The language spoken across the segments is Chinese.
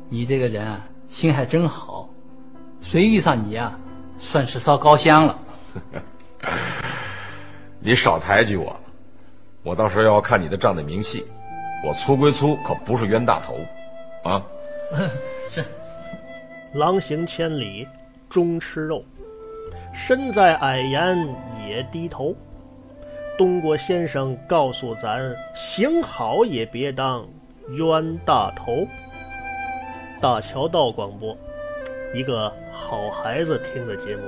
你这个人啊，心还真好，谁遇上你啊，算是烧高香了。 你少抬举我，我到时候要看你的账的明细。我粗归粗，可不是冤大头啊。 是。 郎行千里终吃肉，身在矮檐也低头。东郭先生告诉咱，行好也别当冤大头。大桥道广播，一个好孩子听的节目。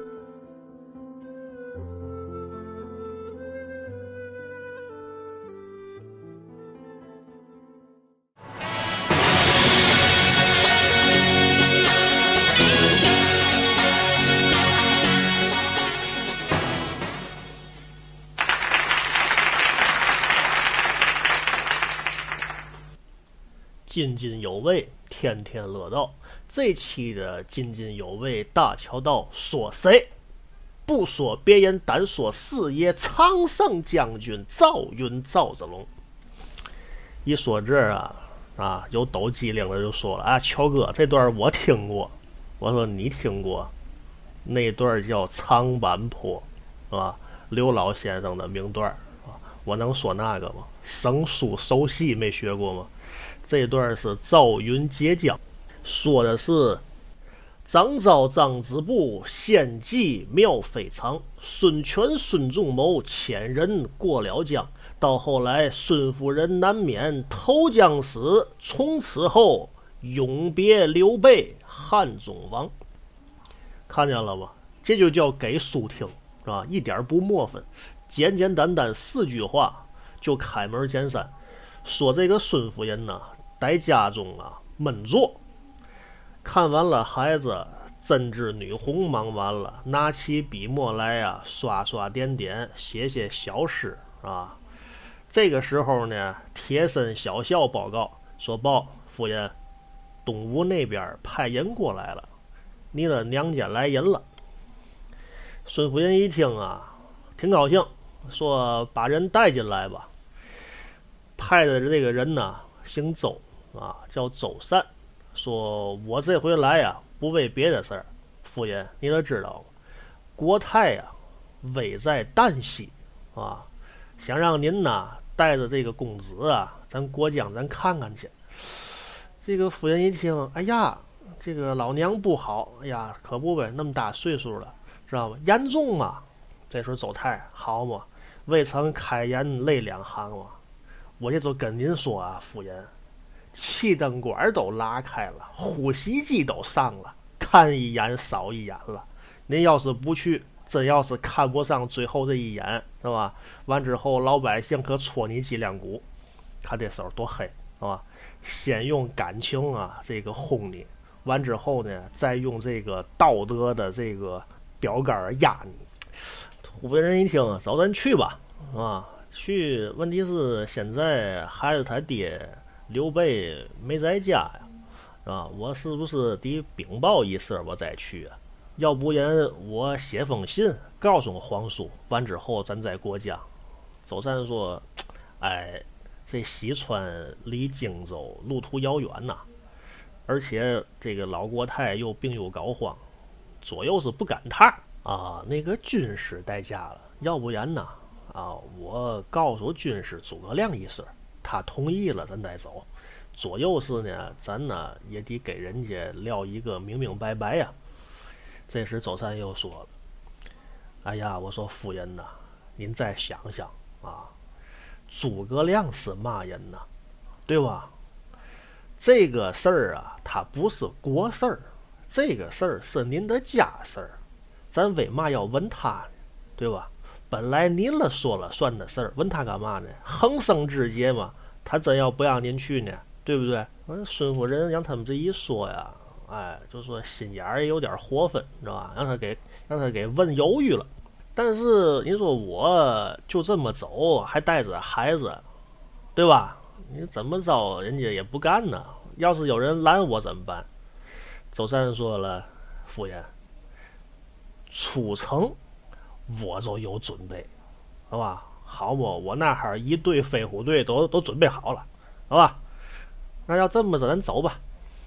津津有味，天天乐道。这期的津津有味大桥道说谁？不说别人，单说四爷常胜将军赵云赵子龙。一说这儿啊，有抖机灵的就说了啊，乔哥这段我听过。我说你听过？那段叫长坂坡，是吧？刘老先生的名段啊，我能说那个吗？生疏熟悉没学过吗？这段是赵云截江，说的是张昭张子布献计妙非常，孙权孙仲谋千人过了江，到后来孙夫人难免投江死，从此后永别刘备汉中王。看见了吧？这就叫给书听，是吧？一点不墨分，简简单单4句话就开门见山，说这个孙夫人呢，在家中闷坐，看完了孩子针织女红忙完了，拿起笔墨来刷刷点点，写写小诗啊。这个时候呢，贴身小校报告说：“报夫人，东吴那边派人过来了，你的娘家来人了。”孙夫人一听挺高兴，说：“把人带进来吧。”派的这个人呢，姓周。叫周善，说我这回来不为别的事儿，夫人你都知道，国泰危在旦夕想让您带着这个公子咱过江咱看看去。这个夫人一听，哎呀，这个老娘不好，哎呀，可不呗，那么大岁数了，知道吗？严重嘛。这时候周泰好嘛，未曾开言泪两行嘛，我这就跟您说夫人。气灯管都拉开了，呼吸机都上了，看一眼少一眼了。您要是不去，真要是看不上最后这一眼，是吧？完之后老百姓可戳你脊梁骨，看这手多黑，是吧？先用感情这个轰你，完之后呢，再用这个道德的这个标杆压你。夫人一听，走咱去吧，去。问题是现在孩子他爹刘备没在家我是不是得禀报一声我再去要不然我写封信告诉皇叔，完之后咱再过江。周善说：“哎，这西川离荆州路途遥远而且这个老国泰又病又膏肓，左右是不赶趟那个军师在家了，要不然我告诉军师诸葛亮一声。”他同意了，咱再走。左右是呢，咱呢也得给人家撂一个明明白白这时周善又说了：“哎呀，我说夫人您再想想诸葛亮是嘛人对吧？这个事儿它不是国事儿，这个事儿是您的家事儿，咱为嘛要问他呢？对吧？本来您了说了算的事儿，问他干嘛呢？横生枝节嘛。他真要不让您去呢，对不对？孙夫人让他们这一说就说心眼儿也有点活分，知道吧？让他给问犹豫了。但是你说我就这么走，还带着孩子，对吧？你怎么着，人家也不干呢。要是有人拦我怎么办？周善说了：“夫人，出城我就有准备，好吧？好不？我那哈一队飞虎队都准备好了，好吧？那要这么着，咱走吧。”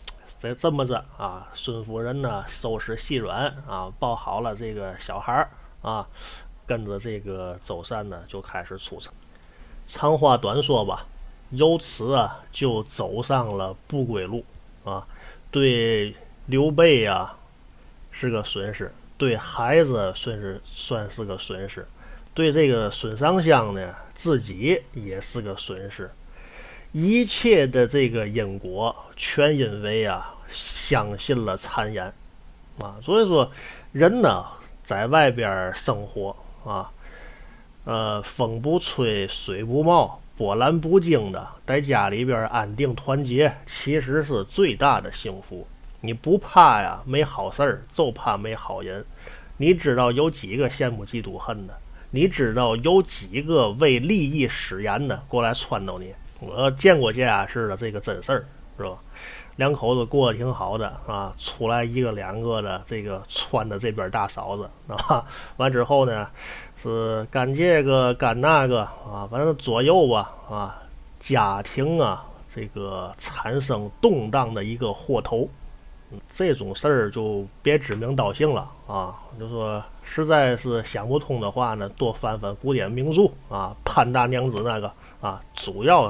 这么着啊，孙夫人呢收拾细软啊，抱好了这个小孩啊，跟着这个周善呢就开始出城。长话短说吧，由此啊就走上了不归路啊。对刘备啊是个损失，对孩子算是个损失，对这个孙尚香呢自己也是个损失。一切的这个因果全因为啊相信了谗言啊。所以说人呢在外边生活啊，风不吹水不冒波澜不惊的，在家里边安定团结其实是最大的幸福。你不怕呀没好事儿，就怕没好人。你知道有几个羡慕嫉妒恨的，你知道有几个为利益使言的过来撺掇你。我见过这样式的这个真事儿，是吧？两口子过得挺好的啊，出来一个两个的这个撺的这边大嫂子啊，完之后呢是干这个干那个啊，反正左右吧啊，家庭啊这个产生动荡的一个祸头。这种事儿就别指名道姓了啊，就说实在是想不通的话呢，多翻翻古典名著啊，潘大娘子那个啊，主要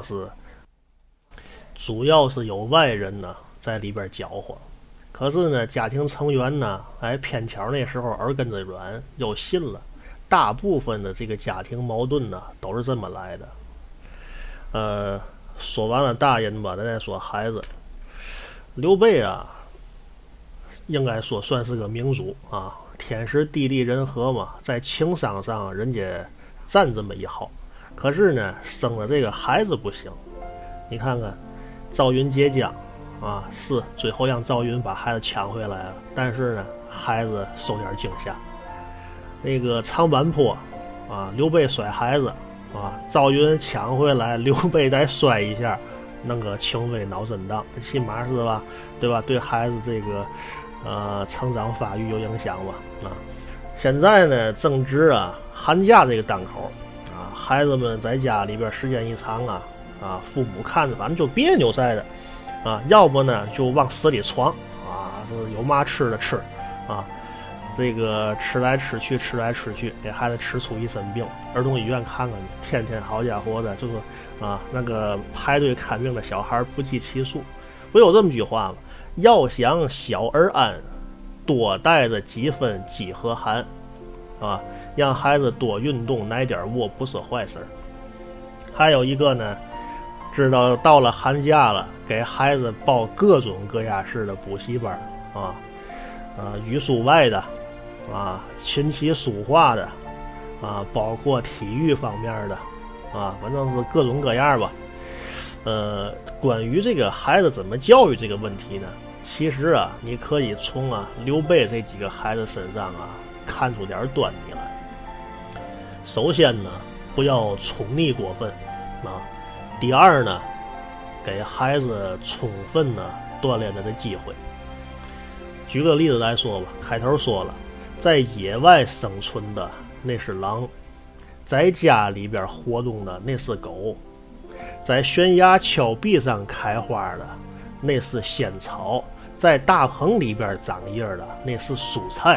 是有外人呢在里边搅和。可是呢，家庭成员呢，偏巧那时候耳根子软，又信了。大部分的这个家庭矛盾呢，都是这么来的。说完了大人吧，咱再说孩子。刘备啊，应该说算是个明主啊，天时地利人和嘛，在情商上人家占这么一号。可是呢，生了这个孩子不行。你看看赵云接将啊，是最后让赵云把孩子抢回来了，但是呢，孩子受点惊吓。那个长坂坡啊，刘备摔孩子啊，赵云抢回来，刘备再摔一下，弄个轻微脑震荡，起码是吧，对吧？对孩子这个成长发育有影响吧啊。现在呢，正值啊寒假这个档口啊，孩子们在家里边时间一长啊，父母看着反正就别扭似的啊，要不呢就往死里闯啊，是有嘛吃的吃啊，这个吃来吃去，给孩子吃出一身病。儿童医院看看去，天天好家伙的，就是啊，那个排队看病的小孩不计其数。不有这么句话吗？要想小而安，多带着几分饥和寒啊，让孩子多运动，挨点窝不是坏事。还有一个呢，知道到了寒假了，给孩子报各种各样式的补习班啊，语数外的啊，琴棋书画的啊，包括体育方面的啊，反正是各种各样吧。关于这个孩子怎么教育这个问题呢，其实啊，你可以从刘备这几个孩子身上看出点端倪来。首先呢，不要宠溺过分啊。第二呢，给孩子充分锻炼的机会。举个例子来说吧，开头说了，在野外生存的那是狼，在家里边活动的那是狗，在悬崖峭壁上开花的那是仙草，在大棚里边长叶的那是蔬菜。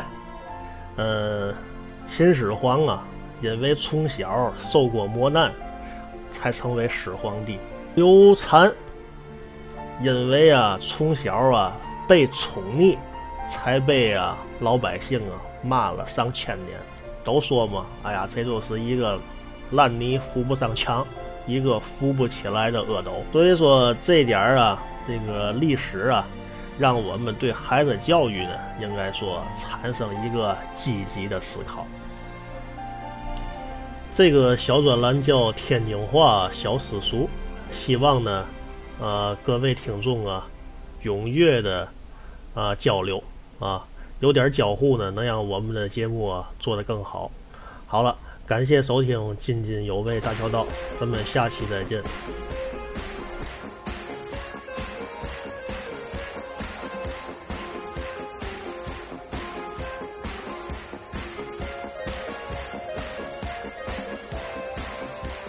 秦始皇因为从小受过磨难，才成为始皇帝。刘禅因为从小被宠溺，才被老百姓骂了上千年。都说嘛，哎呀，这就是一个烂泥扶不上墙，一个扶不起来的阿斗。所以说这点这个历史让我们对孩子教育呢，应该说产生一个积极的思考。这个小专栏叫天津话小私塾，希望呢各位听众踊跃的交流有点交互呢，能让我们的节目做得更好。好了，感谢收听津津有味大桥道，咱们下期再见。